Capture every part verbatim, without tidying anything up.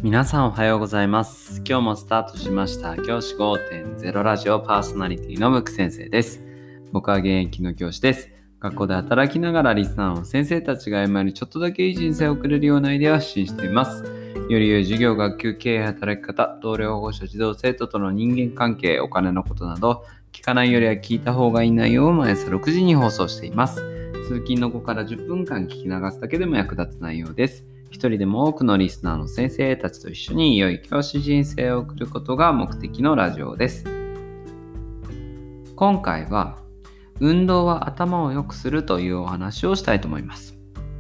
皆さんおはようございます。今日もスタートしました教師 ごてんゼロ ラジオパーソナリティのムク先生です。僕は現役の教師です。学校で働きながらリスナーを先生たちが今よりちょっとだけいい人生を送れるようなアイデアを発信しています。より良い授業、学級経営、働き方、同僚、保護者、児童、生徒との人間関係、お金のことなど聞かないよりは聞いた方がいい内容を毎朝ろくじに放送しています。通勤の後からじゅっぷんかん聞き流すだけでも役立つ内容です。一人でも多くのリスナーの先生たちと一緒に良い教師人生を送ることが目的のラジオです。今回は運動は頭を良くするというお話をしたいと思います。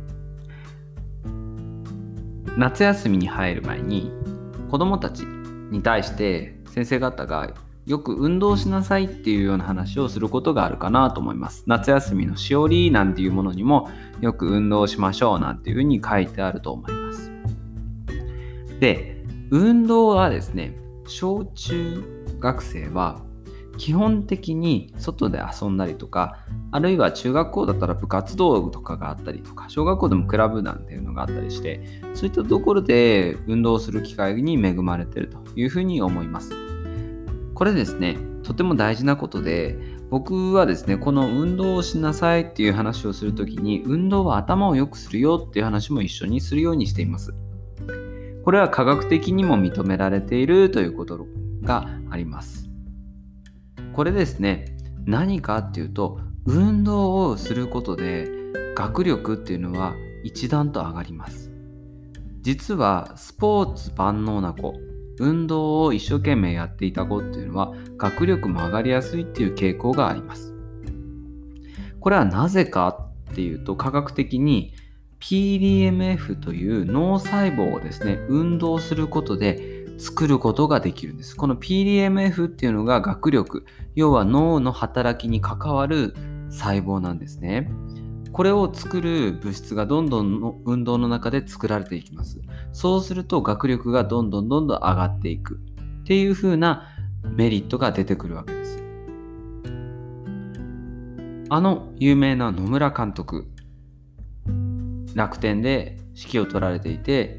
夏休みに入る前に子どもたちに対して先生方がよく運動しなさいっていうような話をすることがあるかなと思います。夏休みのしおりなんていうものにもよく運動しましょうなんていうふうに書いてあると思います。で、運動はですね、小中学生は基本的に外で遊んだりとか、あるいは中学校だったら部活動とかがあったりとか、小学校でもクラブなんていうのがあったりして、そういったところで運動する機会に恵まれているというふうに思います。これですね、とても大事なことで、僕はですね、この運動をしなさいっていう話をするときに、運動は頭を良くするよっていう話も一緒にするようにしています。これは科学的にも認められているということがあります。これですね、何かっていうと、運動をすることで学力っていうのは一段と上がります。実はスポーツ万能な子、運動を一生懸命やっていた子っていうのは学力も上がりやすいっていう傾向があります。これはなぜかっていうと、科学的に ピーディーエムエフ という脳細胞をですね、運動することで作ることができるんです。この ピーディーエムエフ っていうのが学力、要は脳の働きに関わる細胞なんですね。これを作る物質がどんどんの運動の中で作られていきます。そうすると学力がどんどんどんどん上がっていくっていう風なメリットが出てくるわけです。あの有名な野村監督、楽天で指揮を取られていて、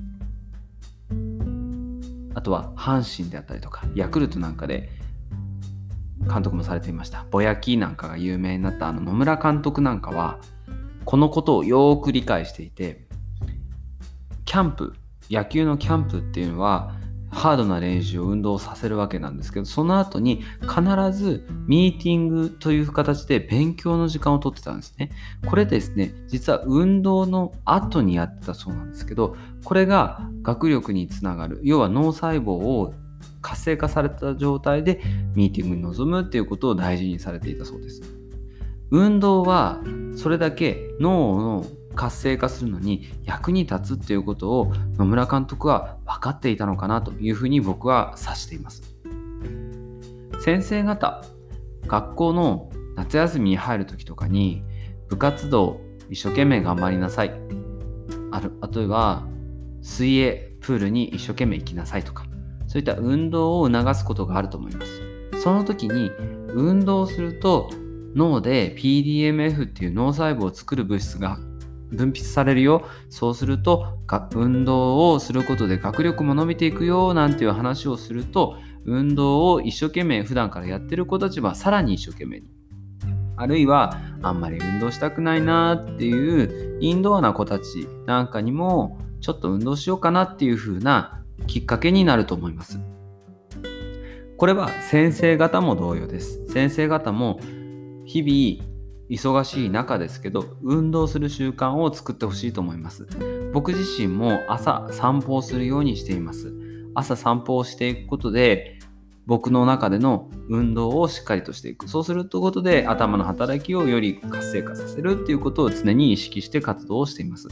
あとは阪神であったりとかヤクルトなんかで監督もされていました。ぼやきなんかが有名になったあの野村監督なんかはこのことをよく理解していて、キャンプ、野球のキャンプっていうのはハードな練習を運動させるわけなんですけど、その後に必ずミーティングという形で勉強の時間を取ってたんですね。これですね、実は運動の後にやってたそうなんですけど、これが学力につながる、要は脳細胞を活性化された状態でミーティングに臨むっていうことを大事にされていたそうです。運動はそれだけ脳の活性化するのに役に立つっていうことを野村監督は分かっていたのかなというふうに僕は察しています。先生方、学校の夏休みに入る時とかに部活動一生懸命頑張りなさい、あるあとは水泳プールに一生懸命行きなさいとか、そういった運動を促すことがあると思います。その時に運動すると脳で ピーディーエムエフ っていう脳細胞を作る物質が分泌されるよ。そうすると運動をすることで学力も伸びていくよなんていう話をすると、運動を一生懸命普段からやってる子たちはさらに一生懸命に、あるいはあんまり運動したくないなっていうインドアな子たちなんかにもちょっと運動しようかなっていう風なきっかけになると思います。これは先生方も同様です。先生方も日々忙しい中ですけど、運動する習慣を作ってほしいと思います。僕自身も朝散歩をするようにしています。朝散歩をしていくことで僕の中での運動をしっかりとしていく。そうすることで頭の働きをより活性化させるっていうことを常に意識して活動をしています。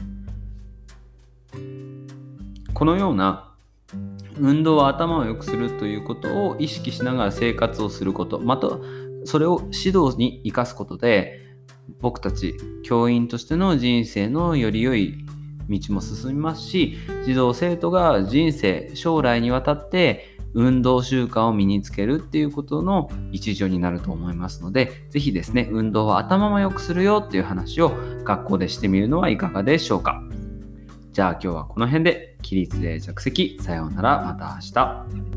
このような運動は頭を良くするということを意識しながら生活をすること、またそれを指導に生かすことで、僕たち教員としての人生のより良い道も進みますし、児童生徒が人生将来にわたって運動習慣を身につけるっていうことの一助になると思いますので、ぜひですね、運動は頭も良くするよっていう話を学校でしてみるのはいかがでしょうか。 じゃあ今日はこの辺で起立で着席。さようなら。また明日。